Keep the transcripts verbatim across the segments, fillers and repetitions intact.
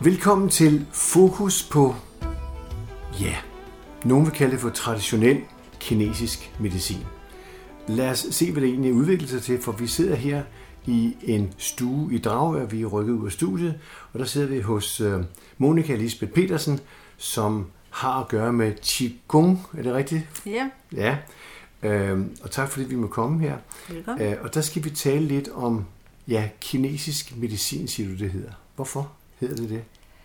Velkommen til Fokus på, ja, nogen vil kalde det for traditionel kinesisk medicin. Lad os se, hvad det egentlig udvikler sig til, for vi sidder her i en stue i Dragør. Vi er rykket ud af studiet, og der sidder vi hos uh, Monica Lisbeth Petersen, som har at gøre med Qigong. Er det rigtigt? Ja. Ja. Uh, og tak fordi vi må komme her. Velkommen. Uh, og der skal vi tale lidt om, ja, kinesisk medicin, siger du det hedder. Hvorfor hedder det det?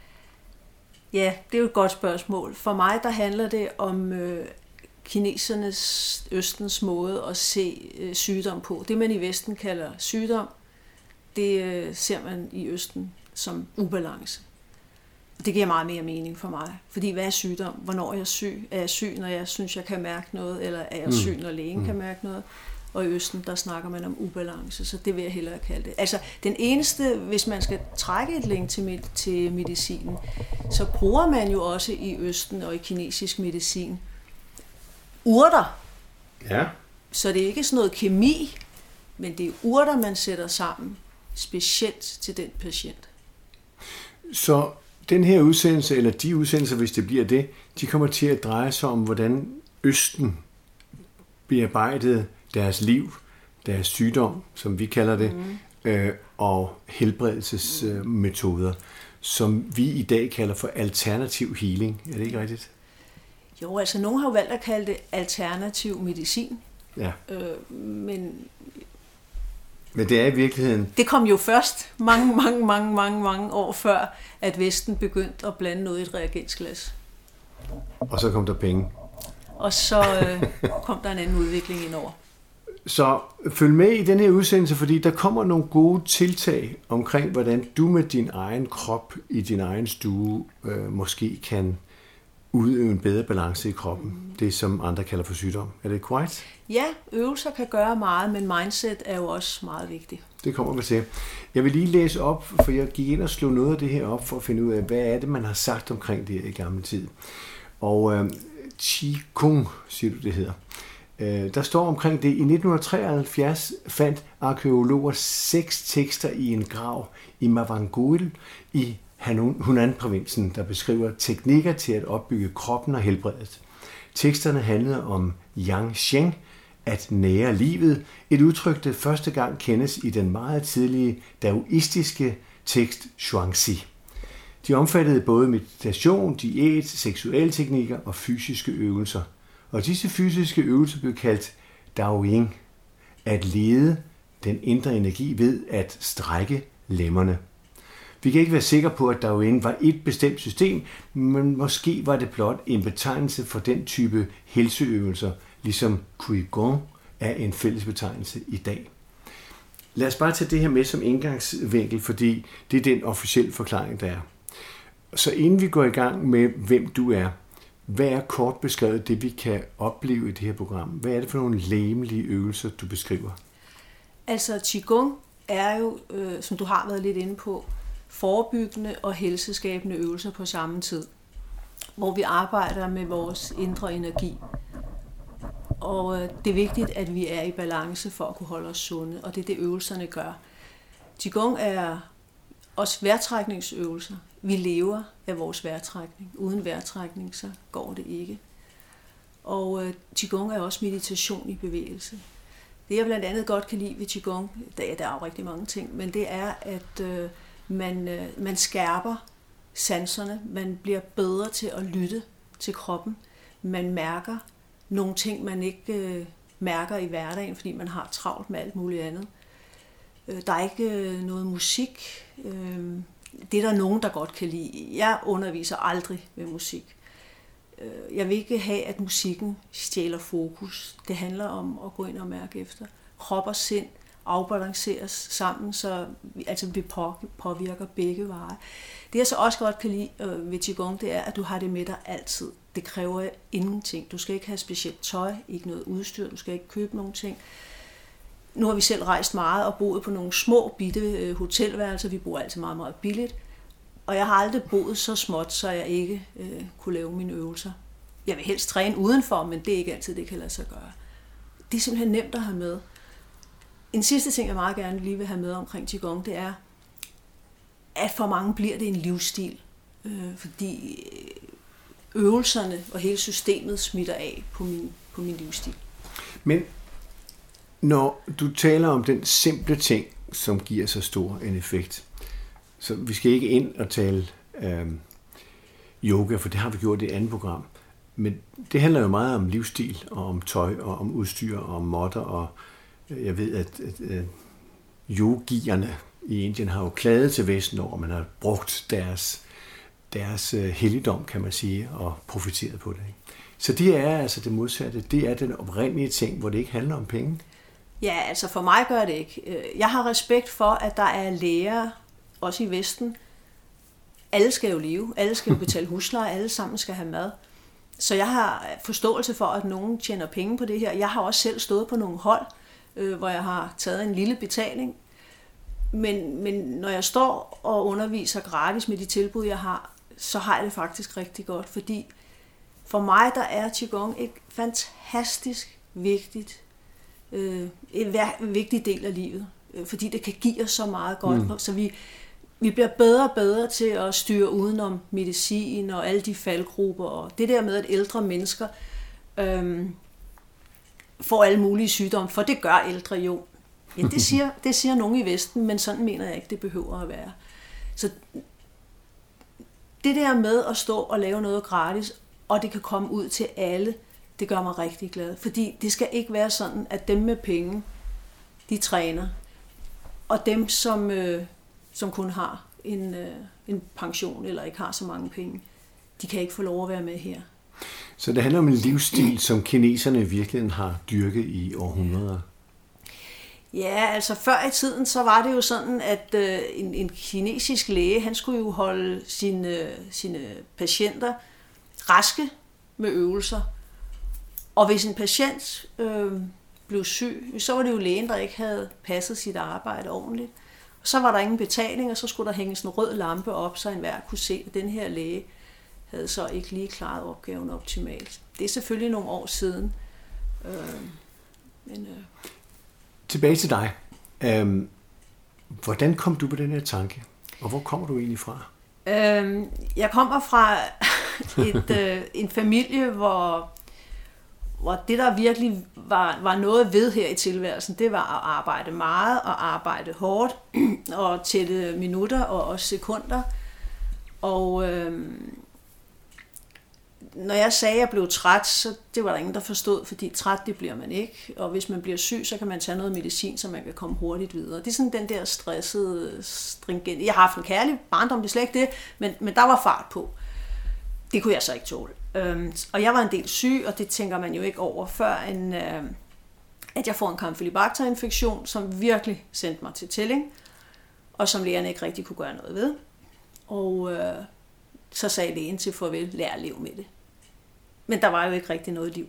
Ja, det er jo et godt spørgsmål. For mig, der handler det om øh, kinesernes, østens måde at se øh, sygdom på. Det, man i Vesten kalder sygdom, det øh, ser man i Østen som ubalance. Det giver meget mere mening for mig. Fordi hvad er sygdom? Hvornår er jeg syg? Er jeg syg, når jeg synes, jeg kan mærke noget? Eller er jeg syg, når lægen mm. kan mærke noget? Og i Østen, der snakker man om ubalance, så det vil jeg hellere kalde det. Altså, den eneste, hvis man skal trække et link til, med, til medicinen, så bruger man jo også i Østen og i kinesisk medicin urter. Ja. Så det er ikke sådan noget kemi, men det er urter, man sætter sammen, specielt til den patient. Så den her udsendelse, eller de udsendelser, hvis det bliver det, de kommer til at dreje sig om, hvordan Østen bearbejdede deres liv, deres sygdom, som vi kalder det, mm. øh, og helbredelsesmetoder, øh, som vi i dag kalder for alternativ healing. Er det ikke rigtigt? Jo, altså nogen har jo valgt at kalde det alternativ medicin. Ja. Øh, men Men det er i virkeligheden... Det kom jo først mange, mange, mange, mange, mange år før, at Vesten begyndte at blande noget i et reagensglas. Og så kom der penge. Og så øh, kom der en anden udvikling indover. Så følg med i den her udsendelse, fordi der kommer nogle gode tiltag omkring, hvordan du med din egen krop i din egen stue øh, måske kan udøve en bedre balance i kroppen. Mm. Det, som andre kalder for sygdom. Er det korrekt? Ja, øvelser kan gøre meget, men mindset er jo også meget vigtigt. Det kommer vi til. Jeg vil lige læse op, for jeg gik ind og slog noget af det her op for at finde ud af, hvad er det, man har sagt omkring det her i gamle tid. Og øh, Qigong, siger du det hedder. Øh, der står omkring det, i nitten treoghalvfjerds fandt arkæologer seks tekster i en grav i Mawangul i Hunan-provinsen, der beskriver teknikker til at opbygge kroppen og helbredet. Teksterne handlede om Yang Sheng, at nære livet, et udtryk, der første gang kendes i den meget tidlige daoistiske tekst Zhuangzi. De omfattede både meditation, diæt, seksuelle teknikker og fysiske øvelser. Og disse fysiske øvelser blev kaldt Daoying, at lede den indre energi ved at strække lemmerne. Vi kan ikke være sikre på, at Daoying var et bestemt system, men måske var det blot en betegnelse for den type helseøvelser, ligesom Qigong er en fælles betegnelse i dag. Lad os bare tage det her med som indgangsvinkel, fordi det er den officielle forklaring, der er. Så inden vi går i gang med, hvem du er, hvad er kort beskrevet det, vi kan opleve i det her program? Hvad er det for nogle legemlige øvelser, du beskriver? Altså, Qigong er jo, øh, som du har været lidt inde på, forebyggende og helseskabende øvelser på samme tid, hvor vi arbejder med vores indre energi. Og øh, det er vigtigt, at vi er i balance for at kunne holde os sunde, og det er det, øvelserne gør. Qigong er også vejrtrækningsøvelser. Vi lever af vores vejrtrækning. Uden vejrtrækning, så går det ikke. Og øh, Qigong er også meditation i bevægelse. Det jeg blandt andet godt kan lide ved Qigong, der, der er jo rigtig mange ting, men det er, at øh, man, øh, man skærper sanserne. Man bliver bedre til at lytte til kroppen. Man mærker nogle ting, man ikke øh, mærker i hverdagen, fordi man har travlt med alt muligt andet. Øh, der er ikke øh, noget musik. Øh, det er der nogen, der godt kan lide. Jeg underviser aldrig med musik. Jeg vil ikke have, at musikken stjæler fokus. Det handler om at gå ind og mærke efter. Krop og sind afbalanceres sammen, så vi, altså vi påvirker begge veje. Det jeg så også godt kan lide øh, ved Qigong, det er, at du har det med dig altid. Det kræver ingenting. Du skal ikke have specielt tøj, ikke noget udstyr, du skal ikke købe nogen ting. Nu har vi selv rejst meget og boet på nogle små, bitte øh, hotelværelser. Vi bor altid meget, meget billigt. Og jeg har aldrig boet så småt, så jeg ikke øh, kunne lave mine øvelser. Jeg vil helst træne udenfor, men det er ikke altid, det kan lade sig gøre. Det er simpelthen nemt at have med. En sidste ting, jeg meget gerne lige vil have med omkring Qigong, det er, at for mange bliver det en livsstil. øh, fordi øvelserne og hele systemet smitter af på min, på min livsstil. Men når du taler om den simple ting, som giver så stor en effekt, så vi skal ikke ind og tale øh, yoga, for det har vi gjort i et andet program, men det handler jo meget om livsstil, og om tøj, og om udstyr, og om måtter, og jeg ved, at, at, at yogierne i Indien har jo klaget til Vesten over, man har brugt deres, deres helligdom, kan man sige, og profiteret på det. Ikke? Så det er altså det modsatte. Det er den oprindelige ting, hvor det ikke handler om penge. Ja, altså for mig gør det ikke. Jeg har respekt for, at der er læger, også i Vesten. Alle skal jo leve. Alle skal jo betale husleje. Alle sammen skal have mad. Så jeg har forståelse for, at nogen tjener penge på det her. Jeg har også selv stået på nogle hold, øh, hvor jeg har taget en lille betaling. Men, men når jeg står og underviser gratis med de tilbud, jeg har, så har jeg det faktisk rigtig godt. Fordi for mig, der er Qigong et fantastisk vigtigt, øh, en vigtig del af livet. Øh, fordi det kan give os så meget godt. Mm. Så vi, vi bliver bedre og bedre til at styre udenom medicin og alle de faldgrupper. Og det der med, at ældre mennesker øh, får alle mulige sygdomme, for det gør ældre jo. Ja, det siger, det siger nogen i Vesten, men sådan mener jeg ikke, det behøver at være. Så det der med at stå og lave noget gratis, og det kan komme ud til alle, det gør mig rigtig glad. Fordi det skal ikke være sådan, at dem med penge, de træner, og dem, som, øh, som kun har en, øh, en pension eller ikke har så mange penge, de kan ikke få lov at være med her. Så det handler om en livsstil, som kineserne i virkeligheden har dyrket i århundreder? Ja, altså før i tiden, så var det jo sådan, at øh, en, en kinesisk læge, han skulle jo holde sine, sine patienter raske med øvelser. Og hvis en patient øh, blev syg, så var det jo lægen, der ikke havde passet sit arbejde ordentligt. Og så var der ingen betaling, og så skulle der hænge sådan en rød lampe op, så enhver kunne se, at den her læge havde så ikke lige klaret opgaven optimalt. Det er selvfølgelig nogle år siden. Øh, men... Øh, Tilbage til dig. Øhm, hvordan kom du på den her tanke? Og hvor kommer du egentlig fra? Øhm, jeg kommer fra et, øh, en familie, hvor, hvor det, der virkelig var, var noget ved her i tilværelsen, det var at arbejde meget og arbejde hårdt og tælle minutter og også sekunder. Og øhm, når jeg sagde, at jeg blev træt, så det var der ingen, der forstod, fordi træt, det bliver man ikke. Og hvis man bliver syg, så kan man tage noget medicin, så man kan komme hurtigt videre. Det er sådan den der stressede, stringent. Jeg har haft en kærlig barndom, det er slet ikke det, men, men der var fart på. Det kunne jeg så ikke tåle. Øhm, og jeg var en del syg, og det tænker man jo ikke over, før en, øh, at jeg får en Campylobacter-infektion, som virkelig sendte mig til tælling, og som lægerne ikke rigtig kunne gøre noget ved. Og øh, så sagde lægen til farvel, lær at leve med det. Men der var jo ikke rigtig noget liv.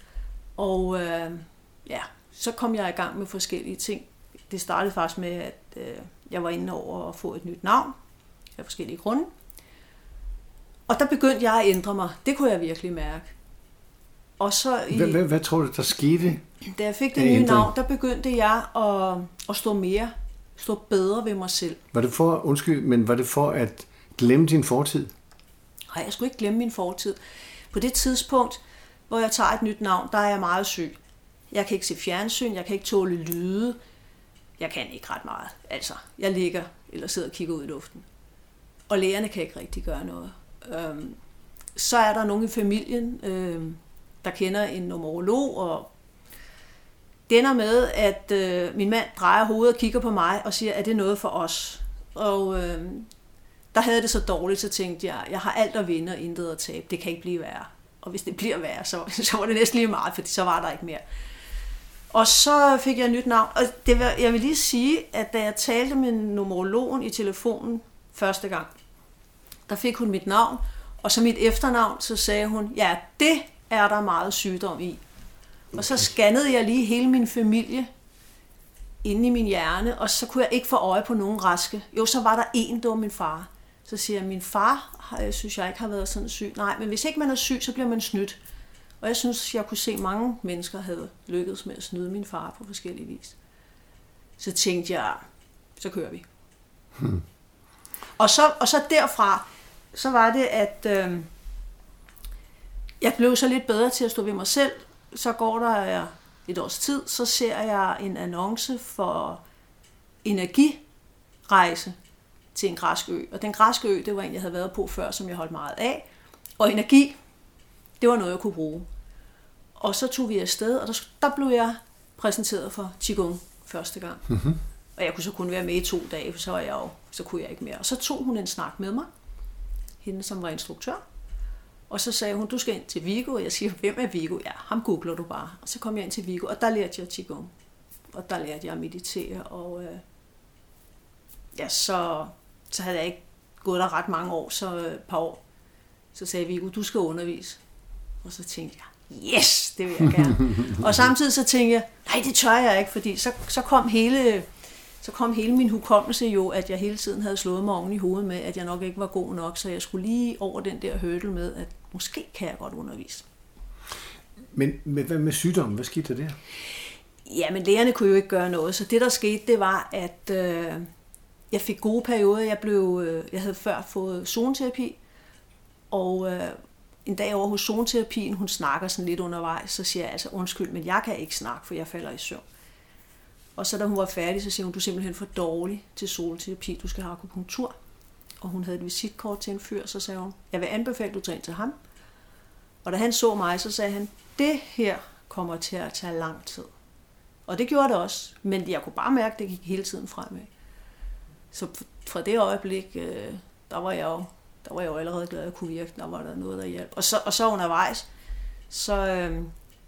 Og øh, ja, så kom jeg i gang med forskellige ting. Det startede faktisk med, at øh, jeg var inde over at få et nyt navn af forskellige grunde. Og der begyndte jeg at ændre mig. Det kunne jeg virkelig mærke. Og så i, hvad, hvad, hvad tror du, der skete? Da jeg fik det nye navn, der begyndte jeg at, at stå mere, stå bedre ved mig selv. Var det for, undskyld, men var det for at glemme din fortid? Nej, jeg skulle ikke glemme min fortid. På det tidspunkt, hvor jeg tager et nyt navn, der er jeg meget syg. Jeg kan ikke se fjernsyn, jeg kan ikke tåle lyde. Jeg kan ikke ret meget. Altså, jeg ligger eller sidder og kigger ud i luften. Og lægerne kan ikke rigtig gøre noget. Øhm, så er der nogen i familien, øhm, der kender en numerolog, og det ender med, at øh, min mand drejer hovedet og kigger på mig og siger, er det noget for os? Og øh, der havde det så dårligt, så tænkte jeg, jeg har alt at vinde og intet at tabe. Det kan ikke blive værre. Og hvis det bliver værre, så, så var det næsten lige meget, fordi så var der ikke mere. Og så fik jeg et nyt navn. Og det var, jeg vil lige sige, at da jeg talte med numerologen i telefonen første gang, der fik hun mit navn, og så mit efternavn, så sagde hun, ja, det er der meget sygdom i. Okay. Og så scannede jeg lige hele min familie inde i min hjerne, og så kunne jeg ikke få øje på nogen raske. Jo, så var der en, det var min far. Så siger jeg, min far, jeg synes jeg ikke har været sådan syg. Nej, men hvis ikke man er syg, så bliver man snydt. Og jeg synes, jeg kunne se, at mange mennesker havde lykkedes med at snyde min far på forskellige vis. Så tænkte jeg, så kører vi. Hmm. Og, så, og så derfra, så var det, at øh, jeg blev så lidt bedre til at stå ved mig selv. Så går der et års tid, så ser jeg en annonce for energirejse til en græsk ø. Og den græske ø, det var en, jeg havde været på før, som jeg holdt meget af. Og energi, det var noget, jeg kunne bruge. Og så tog vi afsted, og der, der blev jeg præsenteret for Qigong første gang. Mm-hmm. Og jeg kunne så kun være med i to dage, for så, var jeg jo, så kunne jeg ikke mere. Og så tog hun en snak med mig, hende som var instruktør. Og så sagde hun, du skal ind til Viggo, og jeg siger, hvem er Viggo? Ja, ham googler du bare. Og så kom jeg ind til Viggo, og der lærte jeg Qigong. Og der lærte jeg at meditere, og øh, ja, så, så havde jeg ikke gået der ret mange år, så et par år. Så sagde Viggo, du skal undervise. Og så tænkte jeg, yes, det vil jeg gerne. Og samtidig så tænkte jeg, nej, det tør jeg ikke, fordi så, så kom hele... Så kom hele min hukommelse jo, at jeg hele tiden havde slået mig oven i hovedet med, at jeg nok ikke var god nok, så jeg skulle lige over den der hurdle med, at måske kan jeg godt undervise. Men hvad med sygdommen? Hvad skete der der? Ja, men lægerne kunne jo ikke gøre noget, så det der skete, det var, at øh, jeg fik gode perioder. Jeg, blev, øh, jeg havde før fået zoneterapi, og øh, en dag over hos zoneterapien, hun snakker sådan lidt undervejs, så siger jeg altså, undskyld, men jeg kan ikke snakke, for jeg falder i søvn. Og så da hun var færdig, så siger hun, du er simpelthen for dårlig til zoneterapi, du skal have akupunktur. Og hun havde et visitkort til en fyr, så sagde hun, jeg vil anbefale, du tager ind til ham. Og da han så mig, så sagde han, det her kommer til at tage lang tid. Og det gjorde det også, men jeg kunne bare mærke, at det gik hele tiden fremad. Så fra det øjeblik, der var jeg jo, der var jeg jo allerede glad, at jeg kunne virke, der var der noget, der hjalp. Og så, og så undervejs, så... Øh,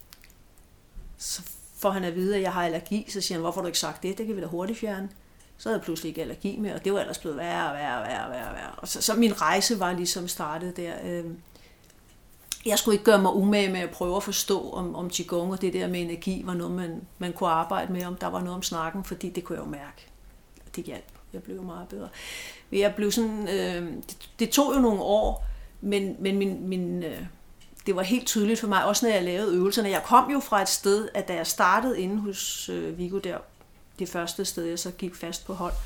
så får han at vide, at jeg har allergi, så siger han, hvorfor har du ikke sagt det? Det kan vi da hurtigt fjerne. Så havde jeg pludselig ikke allergi mere, og det var ellers blevet værre og værre og værre og værre. Og så, så min rejse var ligesom startet der. Jeg skulle ikke gøre mig umage med at prøve at forstå, om, om Qigong og det der med energi var noget, man, man kunne arbejde med, om der var noget om snakken, fordi det kunne jeg jo mærke. Det hjalp. Jeg blev meget bedre. Jeg blev sådan, øh, det, det tog jo nogle år, men, men min... min øh, det var helt tydeligt for mig, også når jeg lavede øvelserne. Jeg kom jo fra et sted, at da jeg startede inde hos øh, Viggo der, det første sted, jeg så gik fast på hold.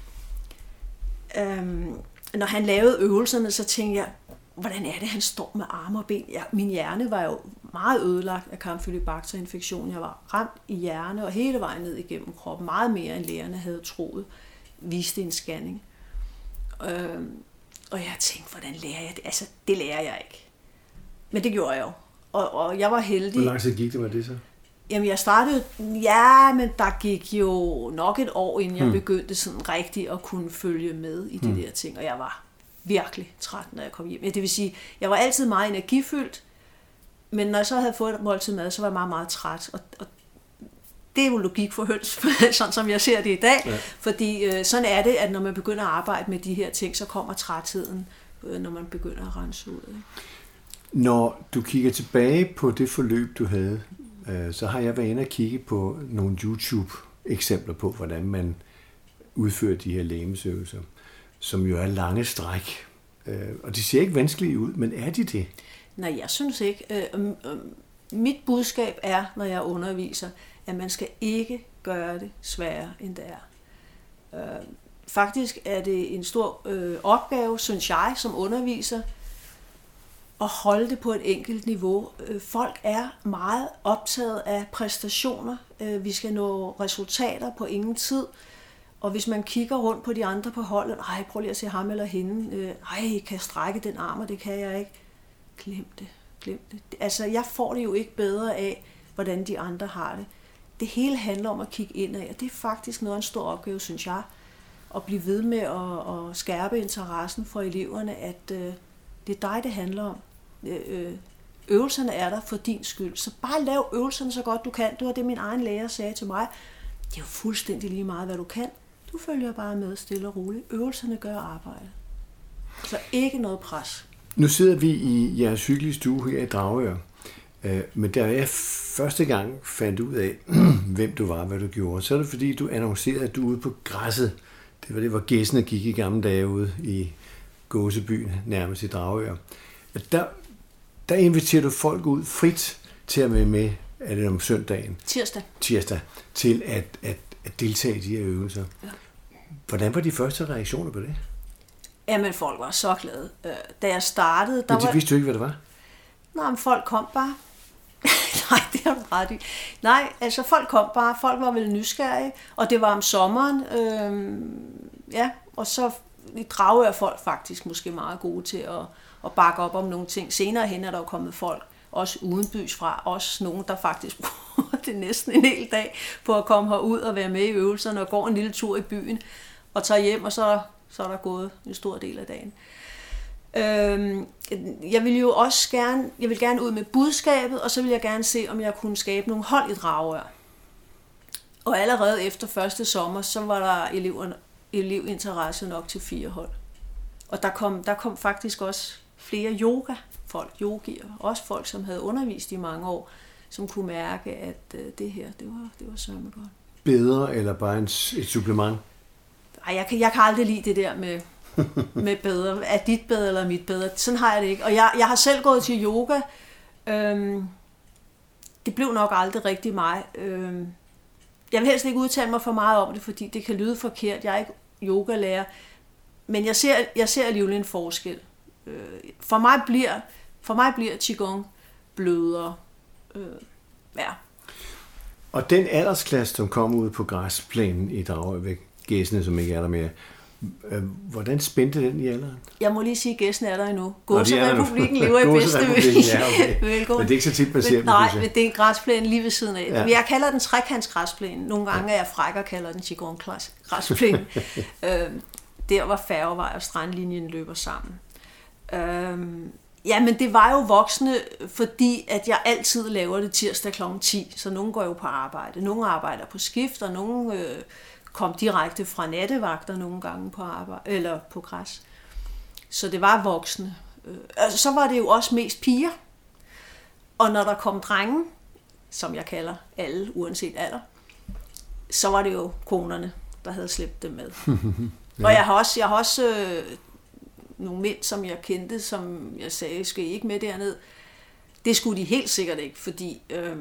Øhm, når han lavede øvelserne, så tænkte jeg, hvordan er det, han står med arme og ben? Jeg, min hjerne var jo meget ødelagt af Campylobacter-infektion. Jeg var ramt i hjerne og hele vejen ned igennem kroppen. Meget mere, end lægerne havde troet, viste en scanning. Øhm, og jeg tænkte, hvordan lærer jeg det? Altså, det lærer jeg ikke. Men det gjorde jeg jo. Og, og jeg var heldig. Hvor lang tid gik det med det så? Jamen, jeg startede... Ja, men der gik jo nok et år, inden jeg hmm. begyndte sådan rigtigt at kunne følge med i de hmm. der ting. Og jeg var virkelig træt, når jeg kom hjem. Ja, det vil sige, jeg var altid meget energifyldt, men når jeg så havde fået et måltid mad, så var jeg meget, meget træt. Og, og det er jo logik for høns, sådan som jeg ser det i dag. Ja. Fordi øh, sådan er det, at når man begynder at arbejde med de her ting, så kommer trætheden, øh, når man begynder at rense ud. Ikke? Når du kigger tilbage på det forløb, du havde, øh, så har jeg været inde og kigge på nogle YouTube-eksempler på, hvordan man udfører de her legemsøvelser, som jo er lange stræk. Øh, og de ser ikke vanskelige ud, men er de det? Nej, jeg synes ikke. Øh, øh, mit budskab er, når jeg underviser, at man skal ikke gøre det sværere, end det er. Øh, faktisk er det en stor øh, opgave, synes jeg, som underviser, at holde det på et enkelt niveau. Folk er meget optaget af præstationer. Vi skal nå resultater på ingen tid. Og hvis man kigger rundt på de andre på holdet, ej, prøv lige at se ham eller hende. Ej, kan jeg strække den arm, og det kan jeg ikke. Glem det. Glem det. Altså, jeg får det jo ikke bedre af, hvordan de andre har det. Det hele handler om at kigge indad, og det er faktisk noget af en stor opgave, synes jeg, at blive ved med at, at skærpe interessen for eleverne, at det er dig, det handler om. Øvelserne er der for din skyld. Så bare lav øvelserne så godt du kan. Det var det, min egen lærer sagde til mig. Det er jo fuldstændig lige meget, hvad du kan. Du følger bare med stille og roligt. Øvelserne gør arbejdet. Så ikke noget pres. Nu sidder vi i jeres hyggelige stue her i Dragør. Men da jeg første gang fandt ud af, hvem du var, hvad du gjorde, så er det fordi, du annoncerede, at du er ude på græsset. Det var det, hvor gæssene gik i gamle dage ude i Gåsebyen, nærmest i Dragør. Der, der inviterer du folk ud frit til at være med, er det om søndagen? Tirsdag. Tirsdag, til at, at, at deltage i de her øvelser. Ja. Hvordan var de første reaktioner på det? Jamen, folk var så glade. Da jeg startede... Der Men de var... vidste du ikke, hvad det var? Nej, men folk kom bare. Nej, det har du ret i. Nej, altså folk kom bare. Folk var vel nysgerrige, og det var om sommeren. Øhm, ja, og så i Dragør er folk faktisk måske meget gode til at, at bakke op om nogle ting. Senere hen er der jo kommet folk, også udenbys fra, også nogen, der faktisk bruger det næsten en hel dag på at komme herud og være med i øvelserne og går en lille tur i byen og tager hjem, og så, så er der gået en stor del af dagen. Øhm, jeg vil jo også gerne, jeg vil gerne ud med budskabet, og så vil jeg gerne se, om jeg kunne skabe nogle hold i Dragør. Og allerede efter første sommer, så var der eleverne, elevinteresse nok til fire hold. Og der kom, der kom faktisk også flere yoga-folk, yogier, også folk, som havde undervist i mange år, som kunne mærke, at øh, det her, det var, det var sørme godt. Bedre eller bare en, et supplement? Ej, jeg kan, jeg kan aldrig lide det der med, med bedre. Er dit bedre eller mit bedre? Sådan har jeg det ikke. Og jeg, jeg har selv gået til yoga. Øhm, det blev nok aldrig rigtig mig. Øhm, jeg vil helst ikke udtale mig for meget om det, fordi det kan lyde forkert. Jeg er ikke yogalærer. Men jeg ser, jeg ser alligevel en forskel. Øh, for mig bliver, for mig bliver Qigong blødere. Øh, ja. Og den aldersklasse, som kom ud på græsplænen i Dragør ved Gæsene, som ikke er der mere, hvordan spændte den i alderen? Jeg må lige sige, at Gæsene er der endnu. Gåserepublikken lever i bedste vis. Ja, okay. Men det er ikke så tit, man ser dem. Nej, men det er en græsplæne lige ved siden af. Ja. Jeg kalder den trekantsgræsplæne. Nogle gange er jeg fræk og kalder den Qigong-græsplæne. øhm, der, hvor færgevej og strandlinjen løber sammen. Øhm, ja, men det var jo voksne, fordi at jeg altid laver det tirsdag klokken ti, så nogen går jo på arbejde. Nogle arbejder på skift, og nogle øh, kom direkte fra nattevagter nogle gange på arbejde, eller på græs. Så det var voksne. Øh, altså, så var det jo også mest piger. Og når der kom drenge, som jeg kalder alle, uanset alder, så var det jo konerne, der havde slæbt dem med. Ja. Og jeg har også, jeg har også øh, nogle mænd, som jeg kendte, som jeg sagde, skal I ikke med derned? Det skulle de helt sikkert ikke, fordi øh,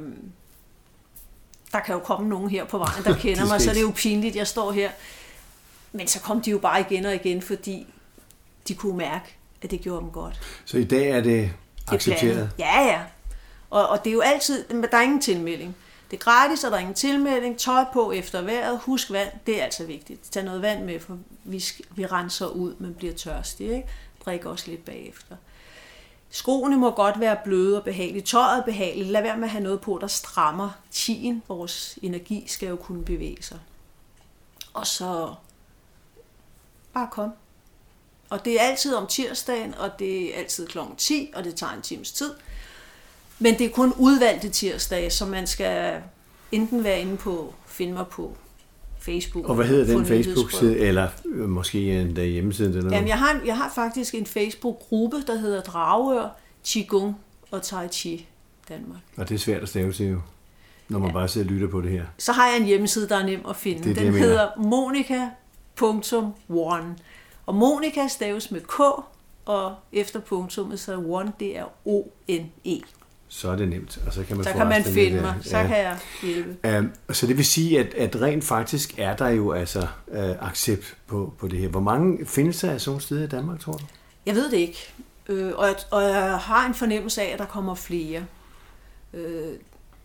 der kan jo komme nogen her på vejen, der kender mig, så det er jo pinligt, jeg står her. Men så kom de jo bare igen og igen, fordi de kunne mærke, at det gjorde dem godt. Så i dag er det accepteret? Det ja, ja. Og, og det er jo altid, der er ingen tilmelding. Det er gratis, og der er ingen tilmelding. Tøj på efter vejret. Husk vand, det er altså vigtigt. Tag noget vand med, for vi, vi renser ud, men bliver tørstig. Ikke? Drik også lidt bagefter. Skoene må godt være bløde og behagelige. Tøjet er behageligt. Lad være med at have noget på, der strammer tien. Vores energi skal jo kunne bevæge sig. Og så bare kom. Og det er altid om tirsdagen, og det er altid klokken ti, og det tager en times tid. Men det er kun udvalgte tirsdage, så man skal enten være inde på, finde mig på Facebook. Og hvad hedder den Facebook-side, eller måske en der hjemmeside? Eller Jamen, jeg har, jeg har faktisk en Facebook-gruppe, der hedder Dragør, Qigong og Tai Chi Danmark. Og det er svært at stave til jo, når man ja. bare sidder og lytter på det her. Så har jeg en hjemmeside, der er nem at finde. Det, den det, hedder monica punktum one. Og Monica staves med K, og efter punktummet, så one, det er O N E. Så er det nemt, og så kan man, så kan man finde mig, så ja. kan jeg hjælpe. Um, så det vil sige, at, at rent faktisk er der jo altså uh, accept på, på det her. Hvor mange findes der af sådan steder i Danmark, tror du? Jeg ved det ikke, øh, og, jeg, og jeg har en fornemmelse af, at der kommer flere. Øh,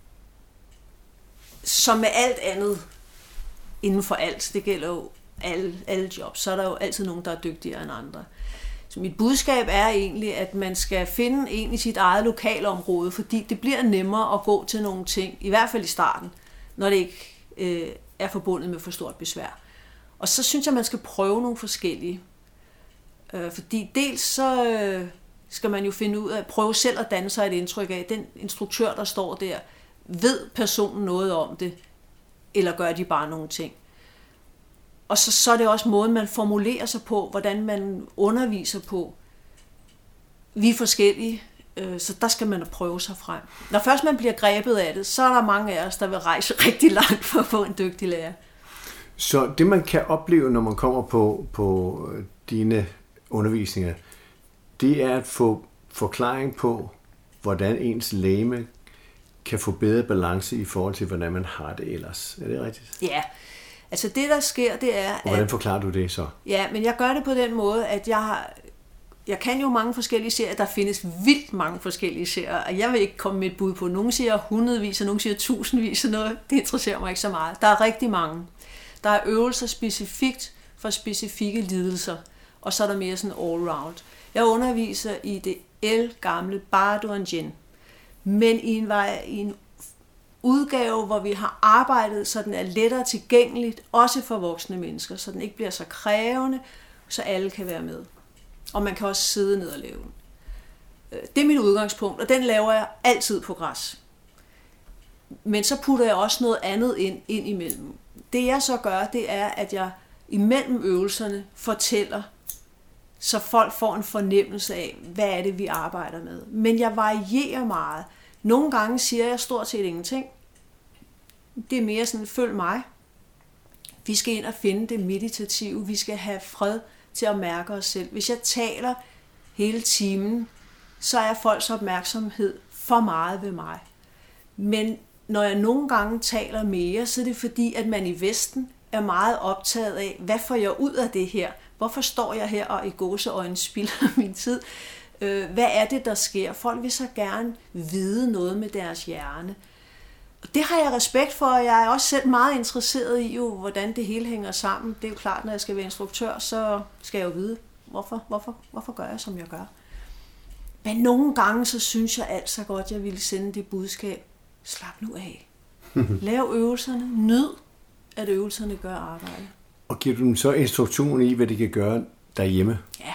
som med alt andet inden for alt, det gælder jo alle, alle jobs, så er der jo altid nogen, der er dygtigere end andre. Så mit budskab er egentlig, at man skal finde en i sit eget lokalområde, fordi det bliver nemmere at gå til nogle ting, i hvert fald i starten, når det ikke øh, er forbundet med for stort besvær. Og så synes jeg, man skal prøve nogle forskellige. Øh, fordi dels så øh, skal man jo finde ud af, prøve selv at danne sig et indtryk af, den instruktør, der står der, ved personen noget om det, eller gør de bare nogle ting. Og så, så er det også måden, man formulerer sig på, hvordan man underviser på. Vi er forskellige, øh, så der skal man prøve sig frem. Når først man bliver grebet af det, så er der mange af os, der vil rejse rigtig langt for at få en dygtig lærer. Så det, man kan opleve, når man kommer på, på dine undervisninger, det er at få forklaring på, hvordan ens legeme kan få bedre balance i forhold til, hvordan man har det ellers. Er det rigtigt? Ja. Altså det, der sker, det er... Og hvordan forklarer du det så? Ja, men jeg gør det på den måde, at jeg har... Jeg kan jo mange forskellige serier. Der findes vildt mange forskellige serier, og jeg vil ikke komme med et bud på. Nogle siger hundredvis, og nogle siger tusindvis og noget. Det interesserer mig ikke så meget. Der er rigtig mange. Der er øvelser specifikt for specifikke lidelser, og så er der mere sådan all-round. Jeg underviser i det ældgamle Baduanjin, men i en, vej, i en udgave, hvor vi har arbejdet, så den er lettere tilgængeligt, også for voksne mennesker, så den ikke bliver så krævende, så alle kan være med. Og man kan også sidde ned og lave den. Det er mit udgangspunkt, og den laver jeg altid på græs. Men så putter jeg også noget andet ind, ind imellem. Det jeg så gør, det er, at jeg imellem øvelserne fortæller, så folk får en fornemmelse af, hvad er det, vi arbejder med. Men jeg varierer meget. Nogle gange siger jeg stort set ingenting. Det er mere sådan, følg mig. Vi skal ind og finde det meditative. Vi skal have fred til at mærke os selv. Hvis jeg taler hele timen, så er folks opmærksomhed for meget ved mig. Men når jeg nogle gange taler mere, så er det fordi, at man i Vesten er meget optaget af, hvad får jeg ud af det her? Hvorfor står jeg her og i gåseøjne spilder min tid? Hvad er det, der sker? Folk vil så gerne vide noget med deres hjerne. Og det har jeg respekt for, og jeg er også selv meget interesseret i, jo, hvordan det hele hænger sammen. Det er jo klart, når jeg skal være instruktør, så skal jeg jo vide, hvorfor, hvorfor, hvorfor gør jeg, som jeg gør. Men nogle gange, så synes jeg altså godt, jeg ville sende det budskab. Slap nu af. Lav øvelserne. Nyd, at øvelserne gør arbejde. Og giver du dem så instruktion i, hvad de kan gøre derhjemme? Ja.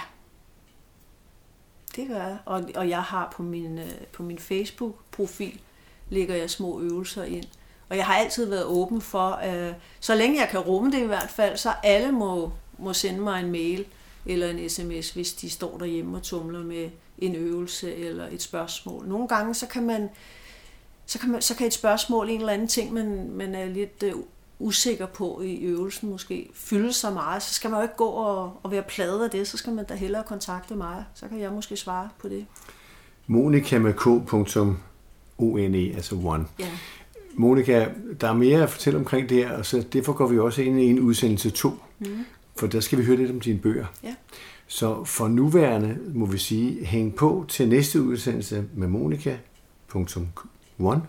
Det gør jeg. Og, og jeg har på min, på min Facebook-profil, lægger jeg små øvelser ind. Og jeg har altid været åben for, øh, så længe jeg kan rumme det i hvert fald, så alle må, må sende mig en mail eller en sms, hvis de står derhjemme og tumler med en øvelse eller et spørgsmål. Nogle gange, så kan man, så kan, man, så kan et spørgsmål, en eller anden ting, man, man er lidt øh, usikker på i øvelsen måske, fylde så meget, så skal man jo ikke gå og, og være plaget af det, så skal man da hellere kontakte mig, så kan jeg måske svare på det. Monica med k punktum one, altså one. Ja. Monica, der er mere at fortælle omkring det her, og så derfor går vi også ind i en udsendelse to, mm. for der skal vi høre lidt om dine bøger. Ja. Så for nuværende må vi sige, hæng på til næste udsendelse med Monica punktum one,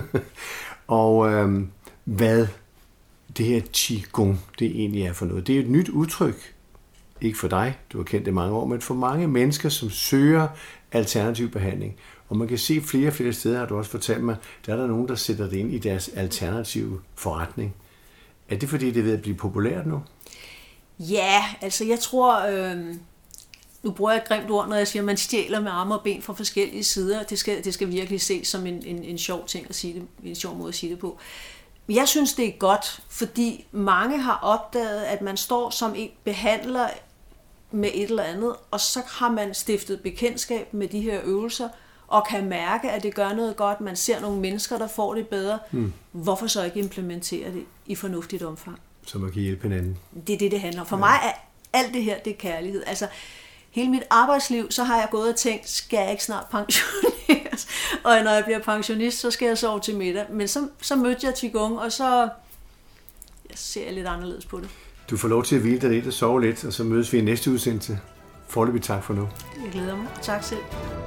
og øhm, hvad det her Qigong, det egentlig er for noget. Det er et nyt udtryk, ikke for dig, du har kendt det mange år, men for mange mennesker, som søger alternativ behandling. Og man kan se flere og flere steder, har du også fortalt mig, der er der nogen, der sætter det ind i deres alternative forretning. Er det fordi, det er ved at blive populært nu? Ja, altså jeg tror, øh, nu bruger jeg et grimt ord, når jeg siger, at man stjæler med arme og ben fra forskellige sider. Det skal, det skal virkelig ses som en, en, en sjov ting at sige det, en sjov måde at sige det på. Men jeg synes, det er godt, fordi mange har opdaget, at man står som en behandler med et eller andet, og så har man stiftet bekendtskab med de her øvelser, og kan mærke, at det gør noget godt. Man ser nogle mennesker, der får det bedre. Mm. Hvorfor så ikke implementere det i fornuftigt omfang? Så man kan hjælpe hinanden. Det er det, det handler om. For ja. mig er alt det her, det er kærlighed. Altså, hele mit arbejdsliv, så har jeg gået og tænkt, skal jeg ikke snart pensioneres? Og når jeg bliver pensionist, så skal jeg sove til middag. Men så, så mødte jeg Qigong, og så jeg ser jeg lidt anderledes på det. Du får lov til at hvile dig lidt og sove lidt, og så mødes vi i næste udsendelse. Foreløbig tak for nu. Jeg glæder mig. Tak selv.